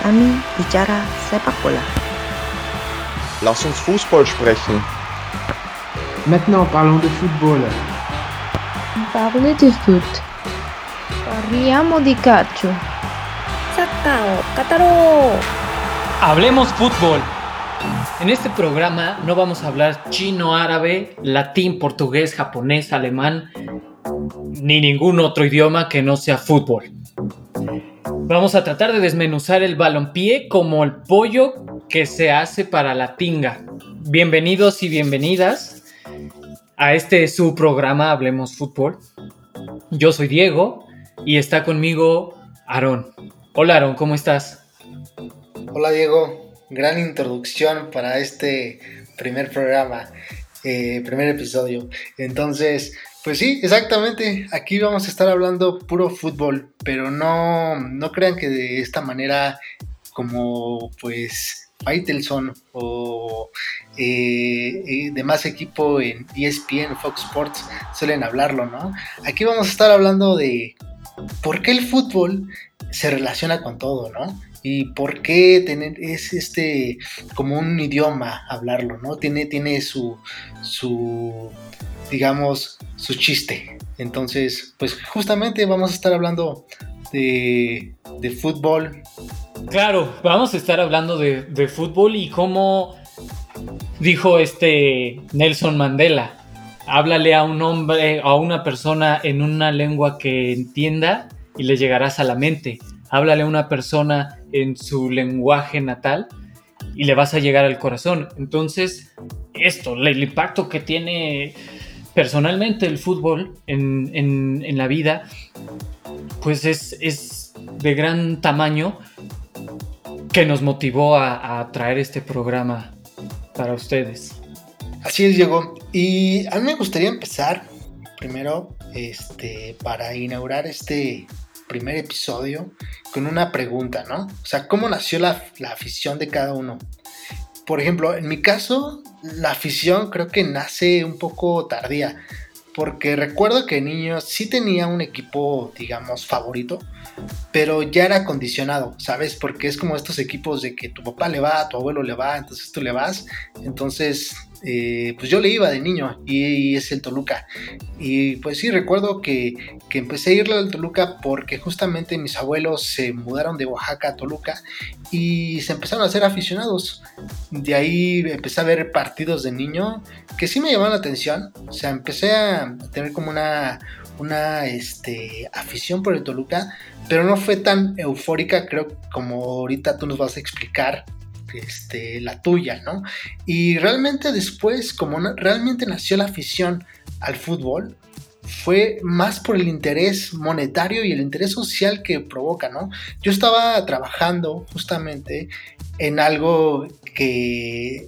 Kami bicara sepak bola. Lass uns Fußball sprechen. Maintenant parlons de football. Parlez de foot. Parliamo di calcio. サッカーを語ろう。 Hablemos fútbol. En este programa no vamos a hablar chino, árabe, latín, portugués, japonés, alemán, ni ningún otro idioma que no sea fútbol. Vamos a tratar de desmenuzar el balompié como el pollo que se hace para la tinga. Bienvenidos y bienvenidas a su programa Hablemos Fútbol. Yo soy Diego y está conmigo Aarón. Hola Aarón, ¿cómo estás? Hola Diego, gran introducción para este primer programa, primer episodio. Entonces, pues sí, exactamente, aquí vamos a estar hablando puro fútbol, pero no crean que de esta manera como pues Faitelson o demás equipo en ESPN, Fox Sports suelen hablarlo, ¿no? Aquí vamos a estar hablando de por qué el fútbol se relaciona con todo, ¿no? Y por qué es como un idioma hablarlo, ¿no? Tiene su digamos, su chiste. Entonces, pues justamente vamos a estar hablando de fútbol. Claro, vamos a estar hablando de fútbol y cómo dijo Nelson Mandela. Háblale a un hombre, a una persona en una lengua que entienda y le llegarás a la mente. Háblale a una persona en su lenguaje natal y le vas a llegar al corazón. Entonces, el impacto que tiene personalmente el fútbol en la vida, pues es de gran tamaño, que nos motivó a traer este programa para ustedes. Así es, Diego. Y a mí me gustaría empezar primero, para inaugurar este primer episodio con una pregunta, ¿no? O sea, ¿cómo nació la afición de cada uno? Por ejemplo, en mi caso, la afición creo que nace un poco tardía, porque recuerdo que de niño sí tenía un equipo, digamos, favorito, pero ya era condicionado, ¿sabes? Porque es como estos equipos de que tu papá le va, tu abuelo le va, entonces tú le vas. Entonces, pues yo le iba de niño y es el Toluca. Y pues sí, recuerdo que empecé a irle al Toluca porque justamente mis abuelos se mudaron de Oaxaca a Toluca y se empezaron a hacer aficionados. De ahí empecé a ver partidos de niño que sí me llamaban la atención. O sea, empecé a tener como una afición por el Toluca, pero no fue tan eufórica, creo, como ahorita tú nos vas a explicar la tuya, ¿no? Y realmente después, como realmente nació la afición al fútbol, fue más por el interés monetario y el interés social que provoca, ¿no? Yo estaba trabajando justamente en algo que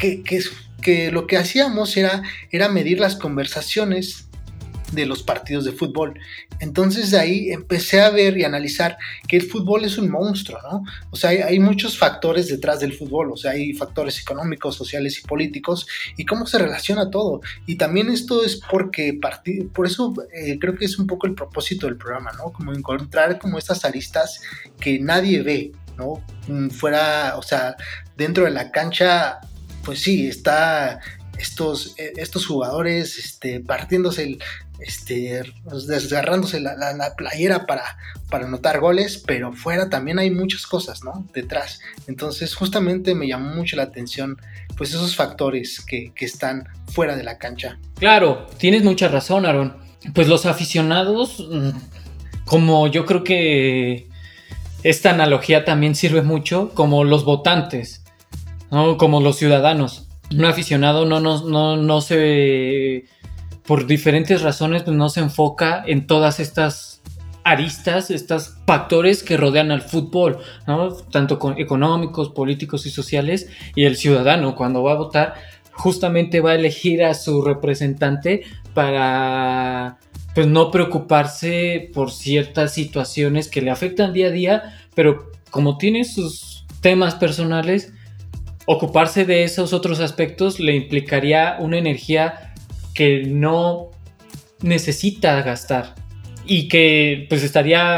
lo que hacíamos era medir las conversaciones de los partidos de fútbol. Entonces de ahí empecé a ver y analizar que el fútbol es un monstruo, ¿no? O sea, hay muchos factores detrás del fútbol, o sea, hay factores económicos, sociales y políticos, y cómo se relaciona todo. Y también esto es porque, por eso creo que es un poco el propósito del programa, ¿no? Como encontrar como estas aristas que nadie ve, ¿no? Fuera, o sea, dentro de la cancha, pues sí, está estos jugadores partiéndose desgarrándose la playera para anotar goles, pero fuera también hay muchas cosas, ¿no? Detrás. Entonces justamente me llamó mucho la atención pues esos factores que están fuera de la cancha. Claro, tienes mucha razón, Aarón. Pues los aficionados, como yo creo que esta analogía también sirve mucho, como los votantes, ¿no? Como los ciudadanos. Un aficionado no se, por diferentes razones, pues no se enfoca en todas estas aristas, estos factores que rodean al fútbol, ¿no? Tanto económicos, políticos y sociales. Y el ciudadano, cuando va a votar, justamente va a elegir a su representante para pues no preocuparse por ciertas situaciones que le afectan día a día, pero como tiene sus temas personales, ocuparse de esos otros aspectos le implicaría una energía que no necesita gastar y que pues estaría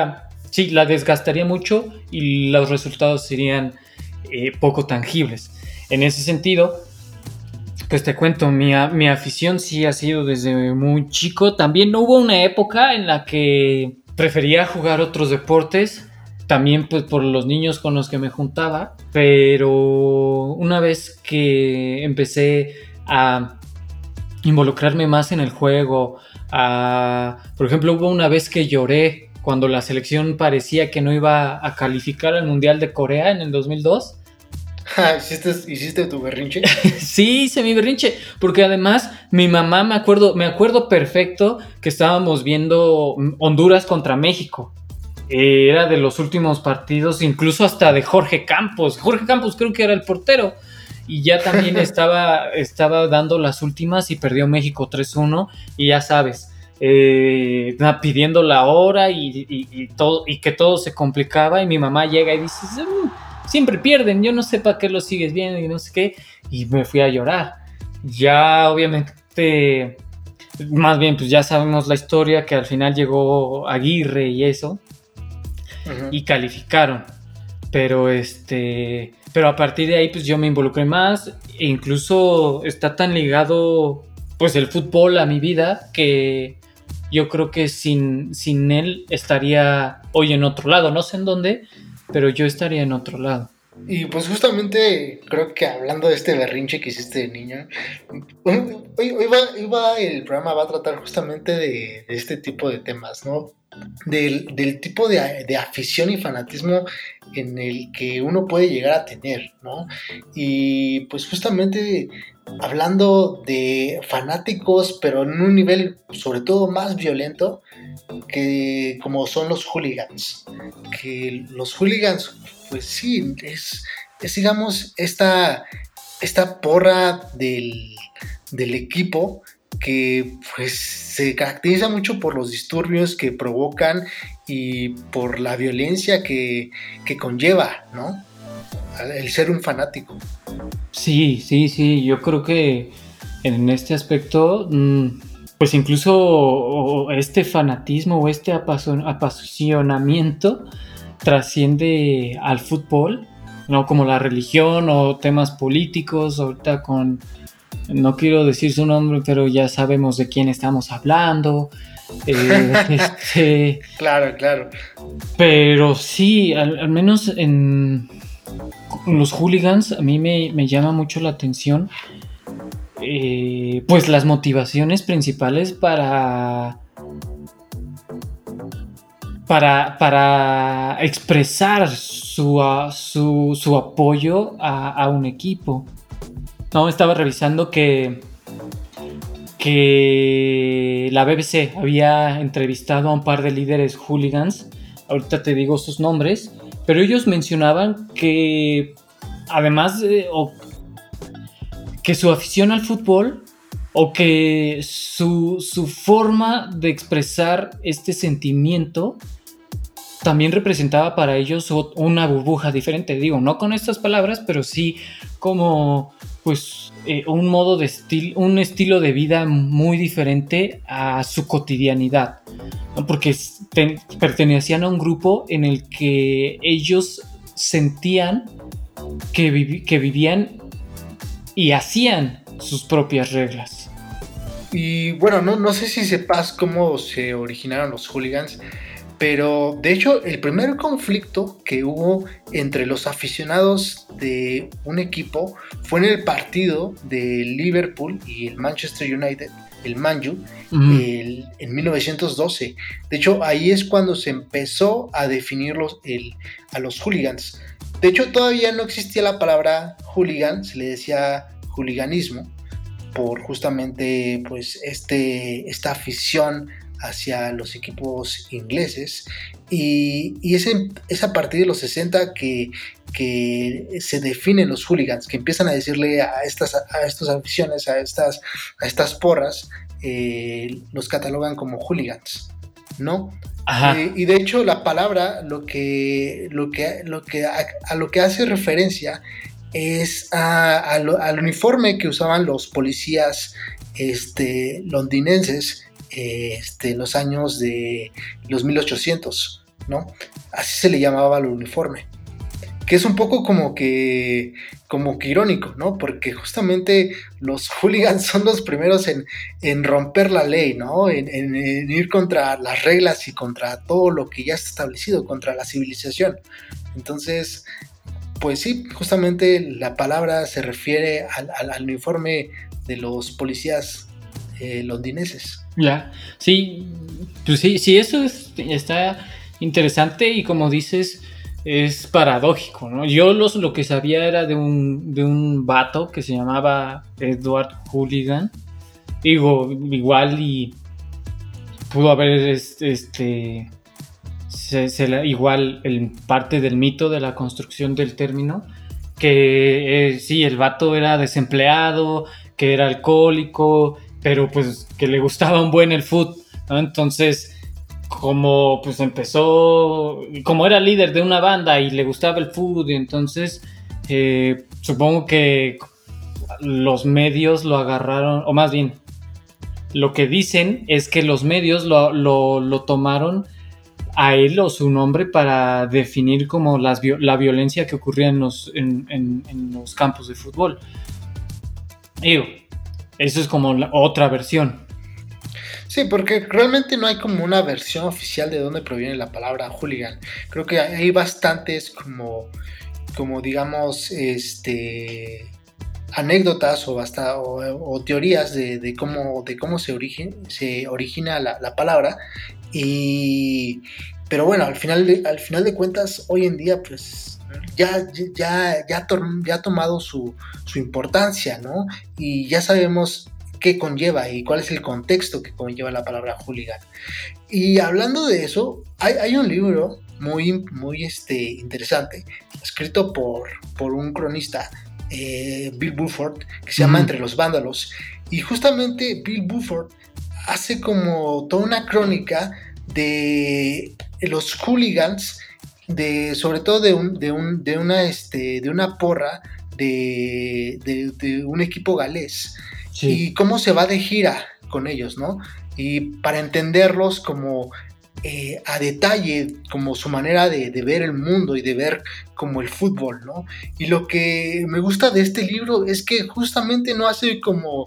sí, la desgastaría mucho y los resultados serían poco tangibles. En ese sentido, pues te cuento, mi afición sí ha sido desde muy chico. También hubo una época en la que prefería jugar otros deportes, también pues por los niños con los que me juntaba, pero una vez que empecé a involucrarme más en el juego, por ejemplo, hubo una vez que lloré cuando la selección parecía que no iba a calificar al Mundial de Corea en el 2002. ¿Hiciste tu berrinche? Sí, hice mi berrinche, porque además mi mamá, me acuerdo perfecto que estábamos viendo Honduras contra México. Era de los últimos partidos, incluso hasta de Jorge Campos. Jorge Campos creo que era el portero. Y ya también estaba dando las últimas y perdió México 3-1. Y ya sabes, pidiendo la hora y todo, y que todo se complicaba. Y mi mamá llega y dice, siempre pierden, yo no sé para qué lo sigues viendo y no sé qué. Y me fui a llorar. Ya obviamente, más bien pues ya sabemos la historia, que al final llegó Aguirre y eso. Uh-huh. Y calificaron. Pero a partir de ahí pues yo me involucré más, e incluso está tan ligado pues el fútbol a mi vida que yo creo que sin él estaría hoy en otro lado, no sé en dónde, pero yo estaría en otro lado. Y pues justamente creo que hablando de este berrinche que hiciste de niño, hoy el programa va a tratar justamente de este tipo de temas, ¿no? Del tipo de afición y fanatismo en el que uno puede llegar a tener, ¿no? Y pues justamente hablando de fanáticos, pero en un nivel sobre todo más violento, que como son los hooligans. Que los hooligans, pues sí, es digamos esta porra del equipo que pues se caracteriza mucho por los disturbios que provocan y por la violencia que conlleva, ¿no? El ser un fanático. Sí, yo creo que en este aspecto, pues incluso este fanatismo o este apasionamiento trasciende al fútbol, ¿no? Como la religión o temas políticos, ahorita no quiero decir su nombre, pero ya sabemos de quién estamos hablando. Claro. Pero sí, al menos en los hooligans a mí me llama mucho la atención, pues las motivaciones principales para expresar su apoyo a un equipo. No, estaba revisando que la BBC había entrevistado a un par de líderes hooligans. Ahorita te digo sus nombres, pero ellos mencionaban que además que su afición al fútbol o que su forma de expresar este sentimiento también representaba para ellos una burbuja diferente. Digo, no con estas palabras, pero sí como pues un modo de un estilo de vida muy diferente a su cotidianidad, ¿no? Porque pertenecían a un grupo en el que ellos sentían que vivían y hacían sus propias reglas. Y bueno, no sé si sepas cómo se originaron los hooligans, pero de hecho el primer conflicto que hubo entre los aficionados de un equipo fue en el partido de Liverpool y el Manchester United, el Man U, en 1912. De hecho ahí es cuando se empezó a definir a los hooligans. De hecho todavía no existía la palabra hooligan, se le decía hooliganismo por justamente pues esta afición hacia los equipos ingleses, y es a partir de los 60 que se definen los hooligans, que empiezan a decirle a estas aficiones, a estas porras, los catalogan como hooligans, ¿no? Y de hecho la palabra a lo que hace referencia es al uniforme que usaban los policías londinenses en los años de los 1800, ¿no? Así se le llamaba al uniforme. Que es un poco como que irónico, ¿no? Porque justamente los hooligans son los primeros en romper la ley, ¿no? En ir contra las reglas y contra todo lo que ya está establecido, contra la civilización. Entonces, pues sí, justamente la palabra se refiere al uniforme de los policías londinenses. Ya, sí, pues sí, eso está interesante y como dices, es paradójico, ¿no? Yo lo que sabía era de un vato que se llamaba Edward Hooligan. Digo, igual y pudo haber igual el parte del mito de la construcción del término, que sí, el vato era desempleado, que era alcohólico, pero pues que le gustaba un buen el fútbol, ¿no? Entonces, como pues empezó, como era líder de una banda y le gustaba el fútbol, y entonces supongo que los medios lo agarraron, o más bien, lo que dicen es que los medios lo tomaron a él o su nombre para definir como la violencia que ocurría en los campos de fútbol. Digo, eso es como la otra versión. Sí, porque realmente no hay como una versión oficial de dónde proviene la palabra hooligan. Creo que hay bastantes como digamos, anécdotas o teorías de cómo se origina la palabra. Pero bueno, al final de cuentas, hoy en día, pues ya ha tomado su importancia, ¿no? Y ya sabemos qué conlleva y cuál es el contexto que conlleva la palabra hooligan. Y hablando de eso, hay un libro muy interesante, escrito por un cronista, Bill Buford, que se llama Entre los Vándalos. Y justamente Bill Buford hace como toda una crónica de los hooligans, sobre todo de una porra de un equipo galés. Sí. Y cómo se va de gira con ellos, ¿no? Y para entenderlos como a detalle, como su manera de ver el mundo y de ver como el fútbol, ¿no? Y lo que me gusta de este libro es que justamente no hace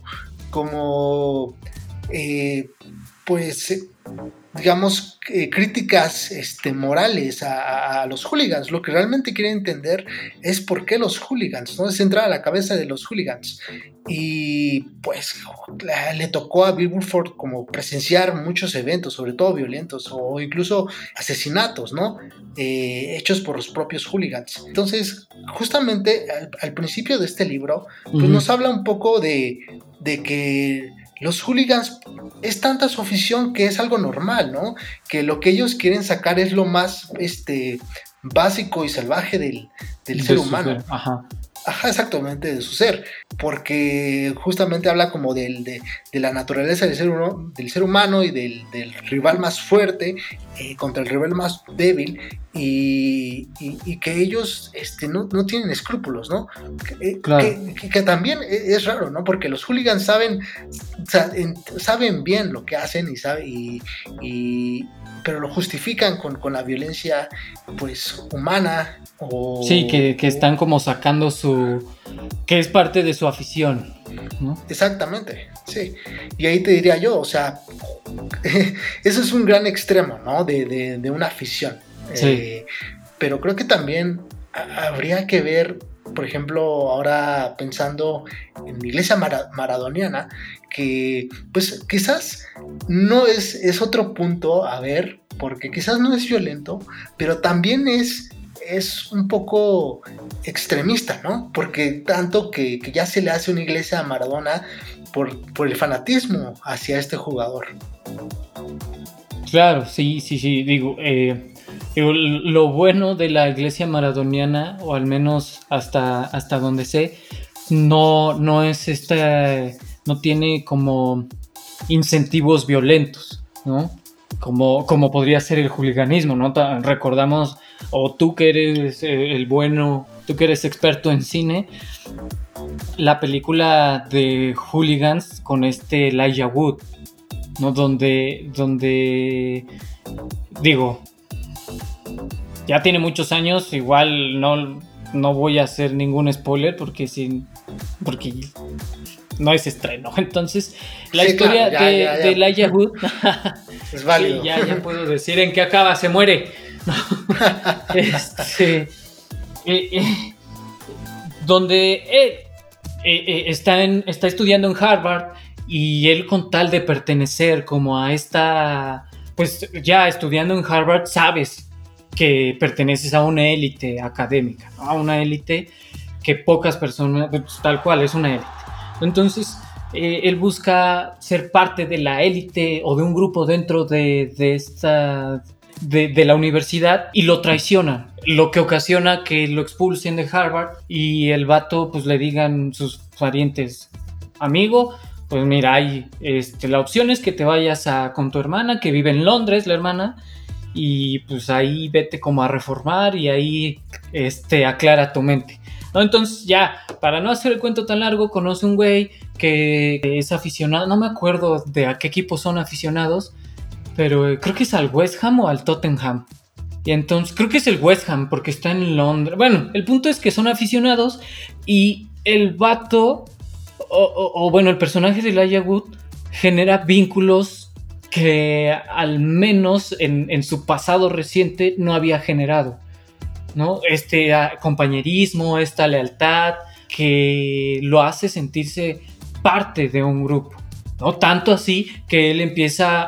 digamos, críticas morales a los hooligans. Lo que realmente quiere entender es por qué los hooligans, ¿no? Es entrar a la cabeza de los hooligans. Y pues le tocó a Bill Buford como presenciar muchos eventos, sobre todo violentos o incluso asesinatos, ¿no? Hechos por los propios hooligans. Entonces, justamente al principio de este libro, pues nos habla un poco de que los hooligans es tanta su afición que es algo normal, ¿no? Que lo que ellos quieren sacar es lo más básico y salvaje del ser humano. Ajá, exactamente, de su ser, porque justamente habla como de la naturaleza del ser humano y del rival más fuerte contra el rival más débil, y que ellos no tienen escrúpulos, ¿no? Claro. Que también es raro, ¿no? Porque los hooligans saben bien lo que hacen pero lo justifican con la violencia, pues, humana. Sí, que están como sacando que es parte de su afición, ¿no? Exactamente, sí. Y ahí te diría yo, o sea, eso es un gran extremo, ¿no? De una afición. Sí. Pero creo que también habría que ver, por ejemplo, ahora pensando en la iglesia maradoniana, que pues quizás no es otro punto a ver, porque quizás no es violento, pero también es un poco extremista, ¿no? Porque tanto que ya se le hace una iglesia a Maradona por el fanatismo hacia este jugador. Claro, sí, digo, lo bueno de la iglesia maradoniana, o al menos hasta donde sé, no es no tiene como incentivos violentos, ¿no? Como podría ser el hooliganismo, ¿no? Recordamos, o tú que eres tú que eres experto en cine, la película de Hooligans con Elijah Wood, ¿no? Donde digo, ya tiene muchos años, igual no voy a hacer ningún spoiler porque no es estreno. Entonces, la historia de Elijah Wood es válido. Sí, ya puedo decir en qué acaba, se muere. Donde él está estudiando en Harvard y él, con tal de pertenecer como a esta, pues ya estudiando en Harvard sabes que perteneces a una élite académica, ¿no? A una élite que pocas personas, pues, tal cual, es una élite. Entonces él busca ser parte de la élite o de un grupo dentro de la universidad, y lo traicionan, lo que ocasiona que lo expulsen de Harvard y el vato pues le digan sus parientes: amigo, pues mira, hay la opción es que te vayas con tu hermana que vive en Londres, la hermana, y pues ahí vete como a reformar y ahí aclara tu mente, ¿no? Entonces, ya, para no hacer el cuento tan largo, conoce un güey que es aficionado, no me acuerdo de a qué equipo son aficionados, pero creo que es al West Ham o al Tottenham. Y entonces creo que es el West Ham porque está en Londres. Bueno, el punto es que son aficionados y el vato, bueno, el personaje de Elijah Wood genera vínculos que al menos en su pasado reciente no había generado, ¿no? Compañerismo, esta lealtad que lo hace sentirse parte de un grupo, ¿no? Tanto así que él empieza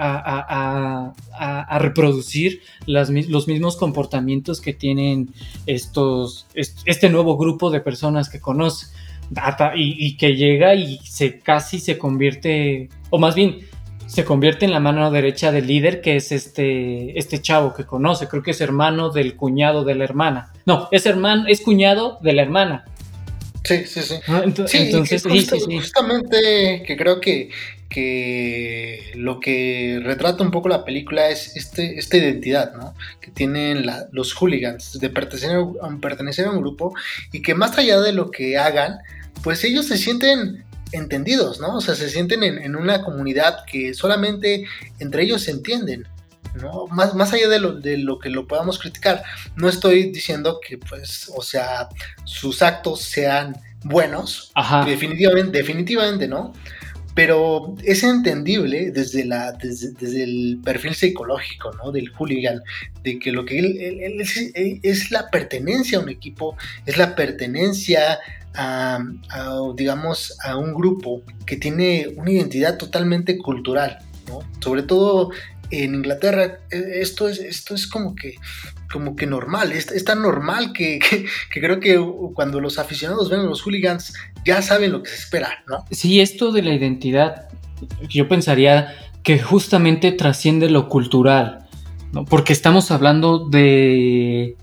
a reproducir los mismos comportamientos que tienen este nuevo grupo de personas que conoce, y que llega y casi se convierte, o más bien se convierte en la mano derecha del líder, que es este chavo que conoce. Creo que es hermano del cuñado de la hermana. No, es cuñado de la hermana. Sí. Entonces, justamente que creo que lo que retrata un poco la película es esta identidad, ¿no? Que tienen los hooligans de pertenecer a un grupo, y que más allá de lo que hagan, pues ellos se sienten entendidos, ¿no? O sea, se sienten en una comunidad que solamente entre ellos se entienden, ¿no? Más allá de lo que lo podamos criticar. No estoy diciendo que, pues, o sea, sus actos sean buenos. Ajá. Definitivamente no. Pero es entendible desde el perfil psicológico, ¿no? Del hooligan, de que lo que él es la pertenencia a un equipo, es la pertenencia digamos, a un grupo que tiene una identidad totalmente cultural, ¿no? Sobre todo en Inglaterra, esto es como que normal, es tan normal que creo que cuando los aficionados ven a los hooligans ya saben lo que se espera, ¿no? Sí, esto de la identidad, yo pensaría que justamente trasciende lo cultural, ¿no? Porque estamos hablando de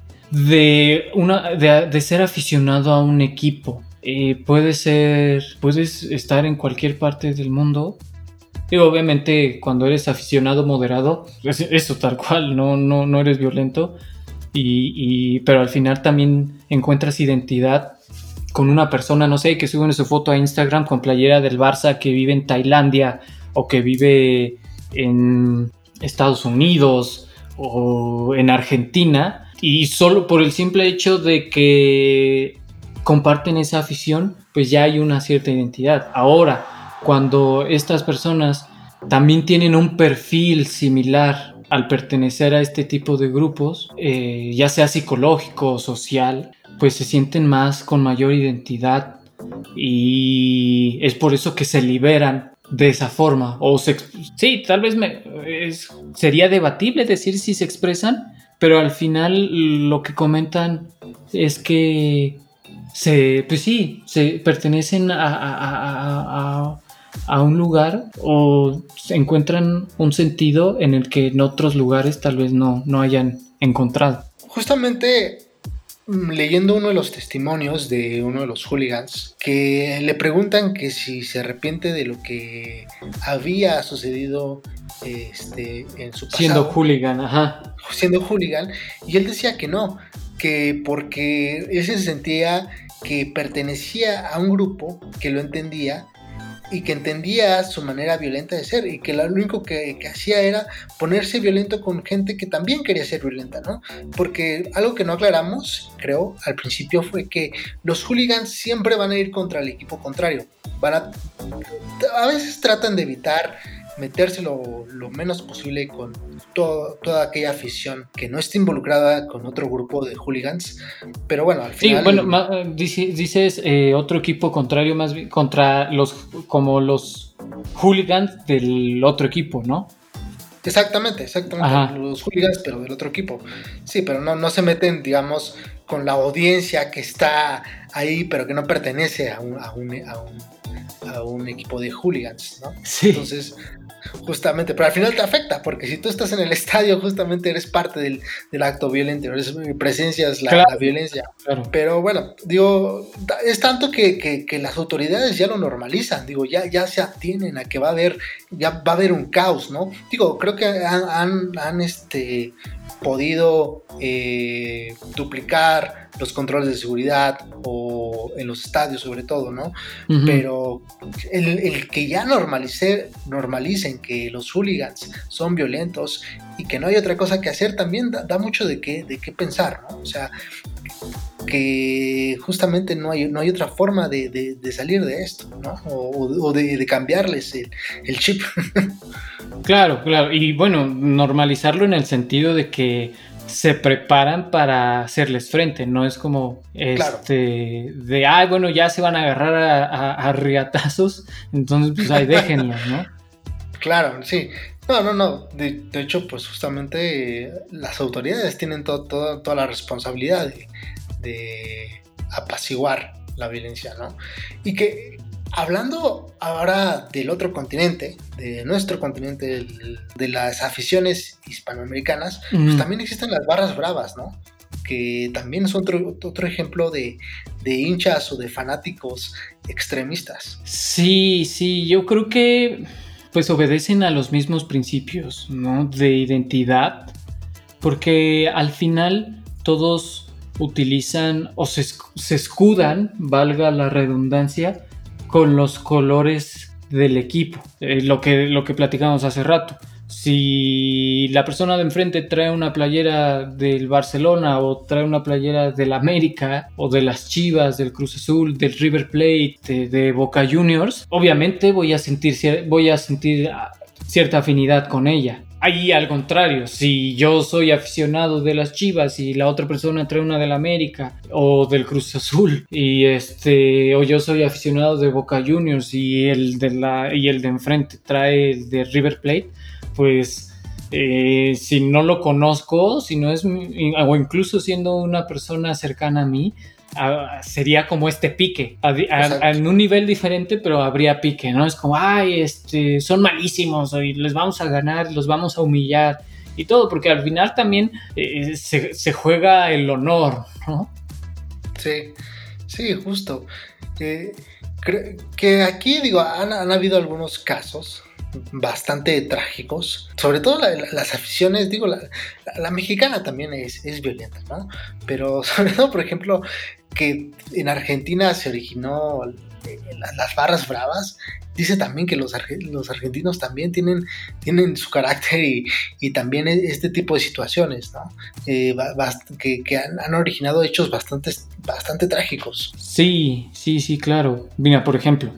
ser aficionado a un equipo. Puedes estar en cualquier parte del mundo. Y obviamente cuando eres aficionado moderado, eso tal cual, no eres violento, pero al final también encuentras identidad con una persona, no sé, que sube su foto a Instagram con playera del Barça, que vive en Tailandia o que vive en Estados Unidos o en Argentina, y solo por el simple hecho de que comparten esa afición, pues ya hay una cierta identidad. Ahora, cuando estas personas también tienen un perfil similar al pertenecer a este tipo de grupos, ya sea psicológico o social, pues se sienten con mayor identidad, y es por eso que se liberan de esa forma. Sí, tal vez sería debatible decir si se expresan, pero al final lo que comentan es que se pertenecen a un lugar, o se encuentran un sentido en el que en otros lugares tal vez no hayan encontrado. Justamente leyendo uno de los testimonios de uno de los hooligans, que le preguntan que si se arrepiente de lo que había sucedido en su pasado. Siendo hooligan, ajá. Siendo hooligan, y él decía que no, que porque él se sentía que pertenecía a un grupo que lo entendía y que entendía su manera violenta de ser y que lo único que hacía era ponerse violento con gente que también quería ser violenta, ¿no? Porque algo que no aclaramos, creo, al principio fue que los hooligans siempre van a ir contra el equipo contrario. A veces tratan de evitar meterse lo menos posible con toda aquella afición que no esté involucrada con otro grupo de hooligans, pero bueno, al final... Sí, bueno, dices otro equipo contrario, más bien contra los hooligans del otro equipo, ¿no? Exactamente, ajá. Los hooligans, pero del otro equipo. Sí, pero no se meten, digamos, con la audiencia que está ahí, pero que no pertenece a un equipo de hooligans, ¿no? Sí. Entonces, justamente, pero al final te afecta, porque si tú estás en el estadio, justamente eres parte del acto violento, presencias la violencia. Claro. Pero bueno, digo, es tanto que las autoridades ya lo normalizan, digo, ya se atienen a que va a haber un caos, ¿no? Digo, creo que han podido duplicar los controles de seguridad o en los estadios sobre todo, ¿no? Uh-huh. Pero el que ya normalicen que los hooligans son violentos y que no hay otra cosa que hacer también da mucho de qué pensar, ¿no? O sea, que justamente no hay otra forma de salir de esto, ¿no? O de cambiarles el chip. Claro, y bueno, normalizarlo en el sentido de que se preparan para hacerles frente, no es como bueno, ya se van a agarrar a riatazos, entonces pues ahí déjenlo, ¿no? Claro, sí. No. De hecho, pues justamente las autoridades tienen toda la responsabilidad de apaciguar la violencia, ¿no? Y que hablando ahora del otro continente, de nuestro continente, de las aficiones hispanoamericanas, pues también existen las barras bravas, ¿no? Que también es otro ejemplo de hinchas o de fanáticos extremistas. Sí, yo creo que pues obedecen a los mismos principios, ¿no? De identidad, porque al final todos utilizan o se escudan, valga la redundancia, con los colores del equipo, lo que platicamos hace rato. Si la persona de enfrente trae una playera del Barcelona o trae una playera del América o de las Chivas, del Cruz Azul, del River Plate, de Boca Juniors, obviamente voy a sentir cierta afinidad con ella. Ahí al contrario, si yo soy aficionado de las Chivas y la otra persona trae una del América o del Cruz Azul o yo soy aficionado de Boca Juniors y el de enfrente trae el de River Plate, pues si no lo conozco, si no es o incluso siendo una persona cercana a mí, sería como este pique en un nivel diferente, pero habría pique, ¿no? Es como, son malísimos y les vamos a ganar, los vamos a humillar y todo, porque al final también se juega el honor, ¿no? Sí, justo. Creo que aquí, digo, han habido algunos casos bastante trágicos, sobre todo las aficiones, digo, la mexicana también es violenta, ¿no? Pero sobre todo, por ejemplo, que en Argentina se originó las barras bravas. Dice también que los argentinos también tienen su carácter y también este tipo de situaciones, ¿no? Que han originado hechos bastante trágicos. Sí, claro. Mira, por ejemplo,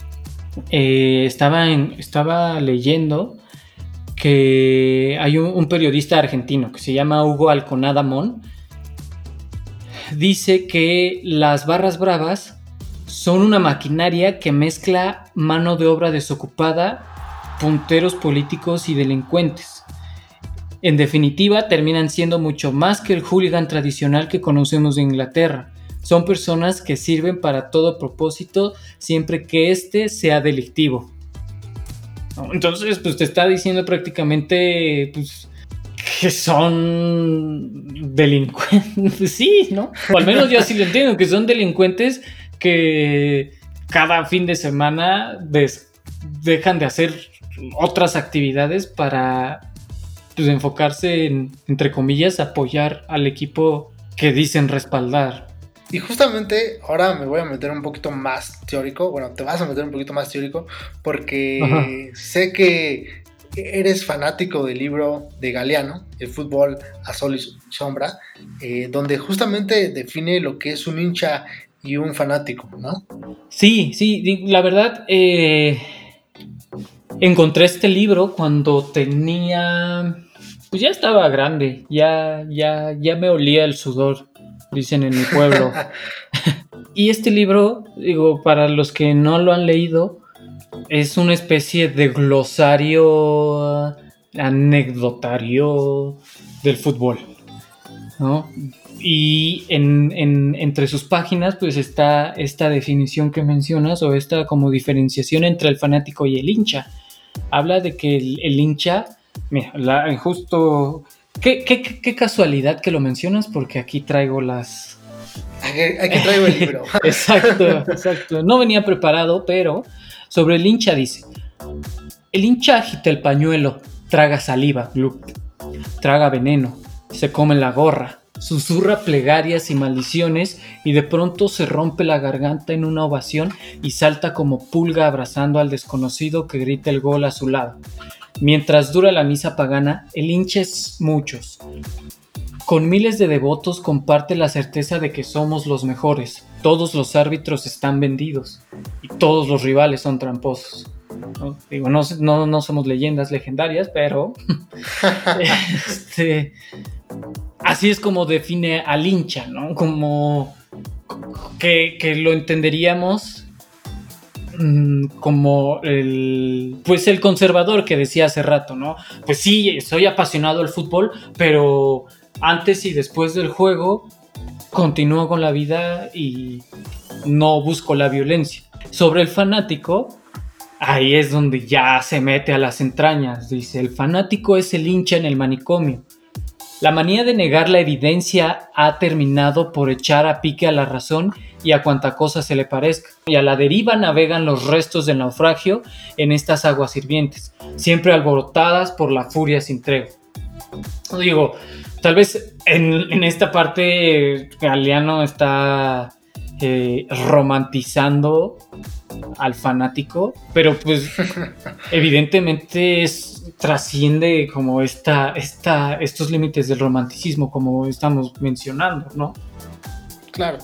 estaba leyendo que hay un periodista argentino que se llama Hugo Alconada Mon. Dice que las barras bravas son una maquinaria que mezcla mano de obra desocupada, punteros políticos y delincuentes. En definitiva, terminan siendo mucho más que el hooligan tradicional que conocemos de Inglaterra. Son personas que sirven para todo propósito siempre que éste sea delictivo. Entonces, pues te está diciendo prácticamente pues, que son delincuentes. Sí, ¿no? O al menos yo así lo entiendo, que son delincuentes que cada fin de semana dejan de hacer otras actividades para pues, enfocarse en, entre comillas, apoyar al equipo que dicen respaldar. Y justamente ahora me voy a meter un poquito más teórico, bueno, te vas a meter un poquito más teórico, porque sé que eres fanático del libro de Galeano, El fútbol a sol y sombra, donde justamente define lo que es un hincha y un fanático, ¿no? Sí, la verdad, encontré este libro cuando tenía, pues ya estaba grande, ya me olía el sudor, dicen en mi pueblo. Y este libro, digo, para los que no lo han leído, es una especie de glosario anecdotario del fútbol, ¿no? Y entre sus páginas pues está esta definición que mencionas, o esta como diferenciación entre el fanático y el hincha. Habla de que el hincha, mira, justo, qué casualidad que lo mencionas, porque aquí traigo las... Aquí traigo el libro. Exacto. No venía preparado, pero sobre el hincha dice: el hincha agita el pañuelo, traga saliva, traga veneno, se come la gorra, susurra plegarias y maldiciones, y de pronto se rompe la garganta en una ovación y salta como pulga abrazando al desconocido que grita el gol a su lado. Mientras dura la misa pagana, el hincha es muchos. Con miles de devotos comparte la certeza de que somos los mejores, todos los árbitros están vendidos y todos los rivales son tramposos. ¿No? Digo, no somos leyendas legendarias, pero así es como define al hincha, ¿no? Como que lo entenderíamos como el conservador que decía hace rato, ¿no? Pues sí, soy apasionado del fútbol, pero antes y después del juego continúo con la vida y no busco la violencia. Sobre el fanático, ahí es donde ya se mete a las entrañas. Dice: el fanático es el hincha en el manicomio. La manía de negar la evidencia ha terminado por echar a pique a la razón y a cuanta cosa se le parezca. Y a la deriva navegan los restos del naufragio en estas aguas hirvientes, siempre alborotadas por la furia sin tregua. Digo, tal vez en esta parte Galeano está romantizando al fanático, pero pues evidentemente trasciende como estos límites del romanticismo, como estamos mencionando, ¿no? Claro,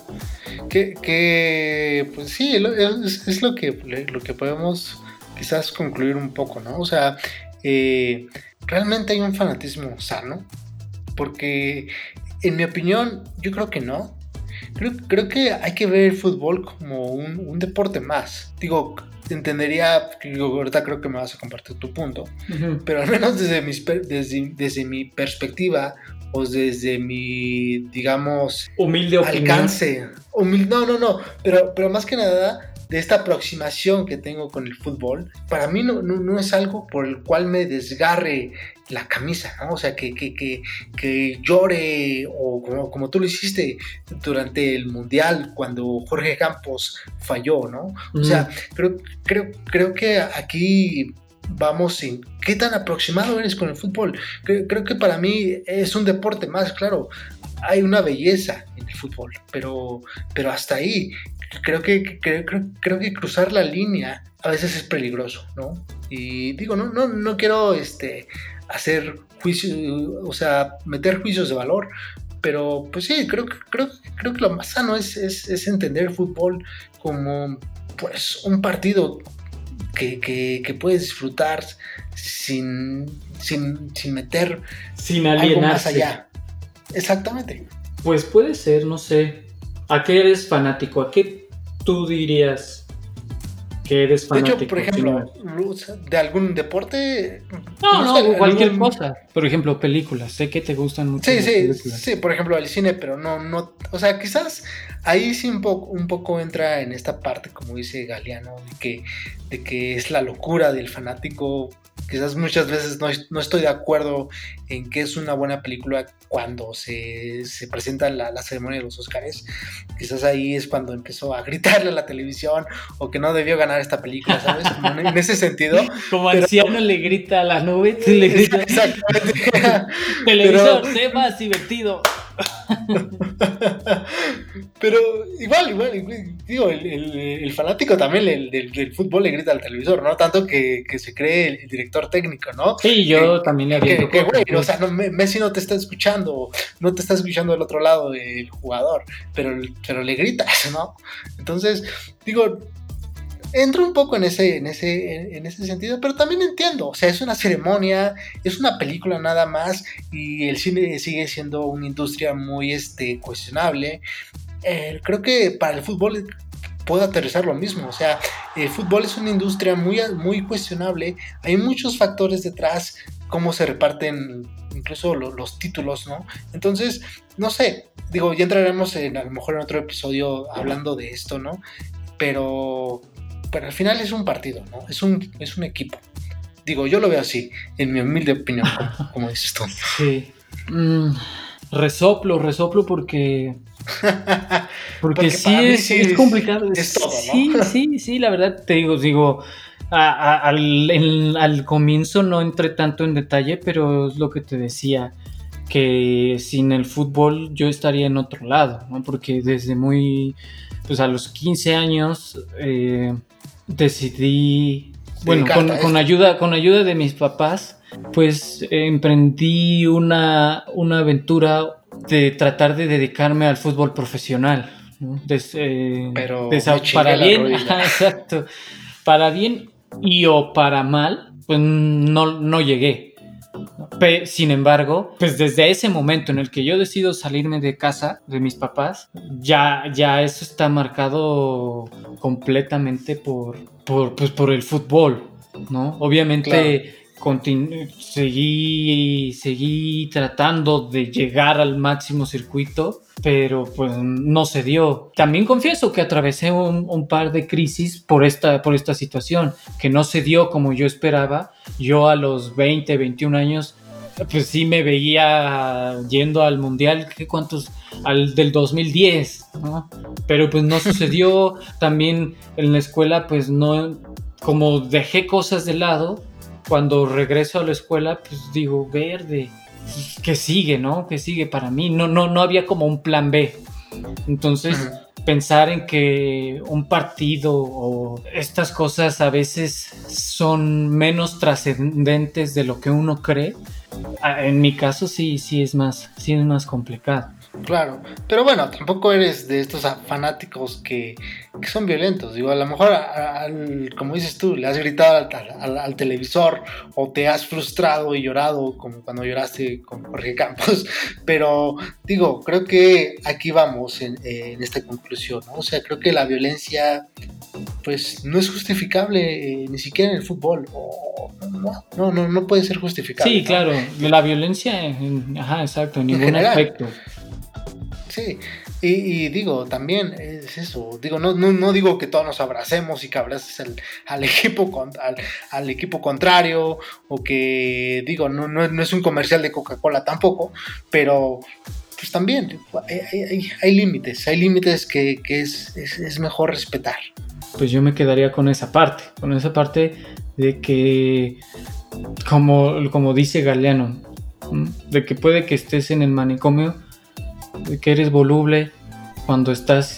que pues sí, es lo que podemos quizás concluir un poco, ¿no? O sea, ¿realmente hay un fanatismo sano? Porque en mi opinión yo creo que no. Creo que hay que ver el fútbol como un deporte más. Digo, entendería, ahorita creo que me vas a compartir tu punto, pero al menos desde mi perspectiva, o desde mi, digamos, humilde alcance. No, pero más que nada, de esta aproximación que tengo con el fútbol, para mí no es algo por el cual me desgarre la camisa, ¿no? O sea, que llore, o como tú lo hiciste durante el Mundial, cuando Jorge Campos falló, ¿no? O sea, creo que aquí vamos en qué tan aproximado eres con el fútbol. Creo que para mí es un deporte más, claro. Hay una belleza en el fútbol, pero hasta ahí. Creo que cruzar la línea a veces es peligroso, ¿no? Y digo, no quiero hacer juicios, o sea, meter juicios de valor, pero pues sí, creo que lo más sano es entender el fútbol como pues un partido que puedes disfrutar sin meter sin alienarse, algo más allá. Exactamente. Pues puede ser, no sé. ¿A qué eres fanático? ¿A qué tú dirías que eres fanático? De hecho, por ejemplo, de algún deporte. No, cualquier cosa. Por ejemplo, películas. Sé que te gustan mucho las películas. Sí, por ejemplo, el cine, pero no. O sea, quizás ahí sí un poco entra en esta parte, como dice Galeano, de que es la locura del fanático. Quizás muchas veces no estoy de acuerdo en que es una buena película cuando se presenta la ceremonia de los Óscares. Quizás ahí es cuando empezó a gritarle a la televisión o que no debió ganar esta película, ¿sabes? Como en ese sentido. Como anciano le grita a la nube, le grita. Exactamente. Televisor, sé más divertido. Pero igual, digo, el fanático también del fútbol le grita al televisor, ¿no? Tanto que se cree el director técnico, ¿no? Sí, yo también le había que güey, o sea, Messi no te está escuchando, no te está escuchando del otro lado del jugador, pero le gritas, ¿no? Entonces, digo, entro un poco en ese sentido, pero también entiendo, o sea, es una ceremonia, es una película nada más, y el cine sigue siendo una industria muy cuestionable. Creo que para el fútbol puedo aterrizar lo mismo, o sea, el fútbol es una industria muy, muy cuestionable, hay muchos factores detrás, cómo se reparten incluso los títulos, ¿no? Entonces, no sé, digo, ya entraremos a lo mejor en otro episodio hablando de esto, ¿no? Pero al final es un partido, ¿no? Es un equipo. Digo, yo lo veo así, en mi humilde opinión, como dices tú. Sí. Resoplo porque sí es complicado. Es todo, ¿no? Sí, la verdad te digo, al comienzo no entré tanto en detalle, pero es lo que te decía, que sin el fútbol yo estaría en otro lado, ¿no? Porque desde pues a los 15 años decidí, bueno, con ayuda de mis papás, pues emprendí una aventura de tratar de dedicarme al fútbol profesional, ¿no? Pero para bien, exacto, para bien y o para mal, pues no llegué. Sin embargo, pues desde ese momento en el que yo decido salirme de casa de mis papás, ya eso está marcado completamente por el fútbol, ¿no? Obviamente, claro. Seguí tratando de llegar al máximo circuito, pero pues no se dio. También confieso que atravesé un par de crisis por esta situación, que no se dio como yo esperaba. Yo a los 20, 21 años, pues sí me veía yendo al mundial, al del 2010, ¿no? Pero pues no sucedió. También en la escuela, pues no, como dejé cosas de lado, cuando regreso a la escuela, pues digo, verde, ¿qué sigue, no? ¿Qué sigue para mí? No había como un plan B. Entonces, pensar en que un partido o estas cosas a veces son menos trascendentes de lo que uno cree, en mi caso sí es más complicado. Claro, pero bueno, tampoco eres de estos fanáticos que son violentos. Digo, a lo mejor, como dices tú, le has gritado al televisor o te has frustrado y llorado como cuando lloraste con Jorge Campos. Pero digo, creo que aquí vamos en esta conclusión, ¿no? O sea, creo que la violencia pues no es justificable ni siquiera en el fútbol. No puede ser justificable. Sí, ¿no? Claro, la violencia, exacto, en ningún aspecto. Sí, y digo, también es eso, digo, no digo que todos nos abracemos y que abraces al equipo contrario, o que, digo, no es un comercial de Coca-Cola tampoco, pero pues también hay límites que es mejor respetar. Pues yo me quedaría con esa parte de que, como dice Galeano, de que puede que estés en el manicomio, de que eres voluble cuando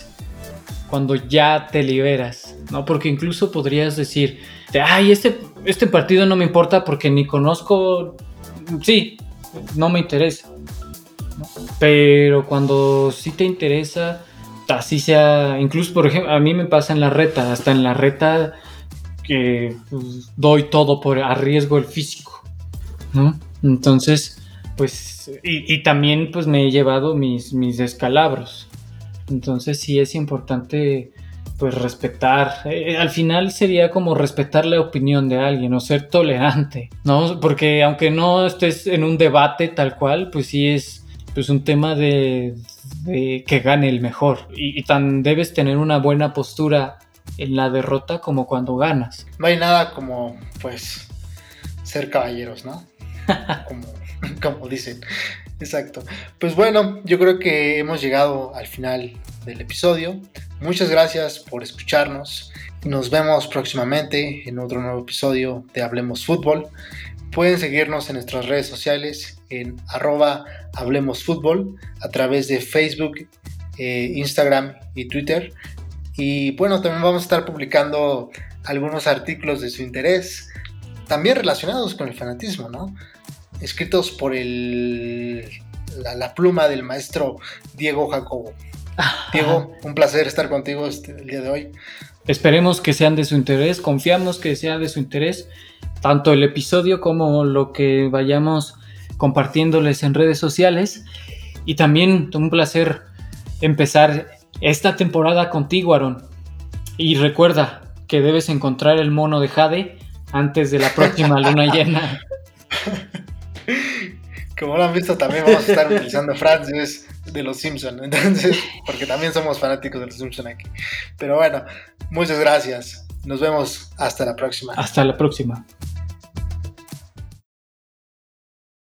ya te liberas, ¿no? Porque incluso podrías decir, ay, este partido no me importa porque ni conozco, sí, no me interesa, ¿no? Pero cuando sí te interesa, así sea, incluso por ejemplo, a mí me pasa hasta en la reta que pues, doy todo por arriesgo el físico, ¿no? Entonces, pues, y también pues me he llevado mis descalabros. Entonces sí es importante pues respetar. Al final sería como respetar la opinión de alguien o ser tolerante, ¿no? Porque aunque no estés en un debate tal cual, pues sí es pues un tema de que gane el mejor. Y tan debes tener una buena postura en la derrota como cuando ganas. No hay nada como pues ser caballeros, ¿no? Como dicen. Exacto. Pues bueno, yo creo que hemos llegado al final del episodio. Muchas gracias por escucharnos. Nos vemos próximamente en otro nuevo episodio de Hablemos Fútbol. Pueden seguirnos en nuestras redes sociales en @hablemosfutbol a través de Facebook, Instagram y Twitter. Y bueno, también vamos a estar publicando algunos artículos de su interés, también relacionados con el fanatismo, ¿no? Escritos por la pluma del maestro Diego Jacobo. Diego, un placer estar contigo el día de hoy. Esperemos que sean de su interés, confiamos que sea de su interés, tanto el episodio como lo que vayamos compartiéndoles en redes sociales. Y también un placer empezar esta temporada contigo, Aaron. Y recuerda que debes encontrar el mono de Jade antes de la próxima luna llena. Como lo han visto, también vamos a estar utilizando frases de los Simpsons, entonces, porque también somos fanáticos de los Simpsons aquí. Pero bueno, muchas gracias. Nos vemos hasta la próxima. Hasta la próxima.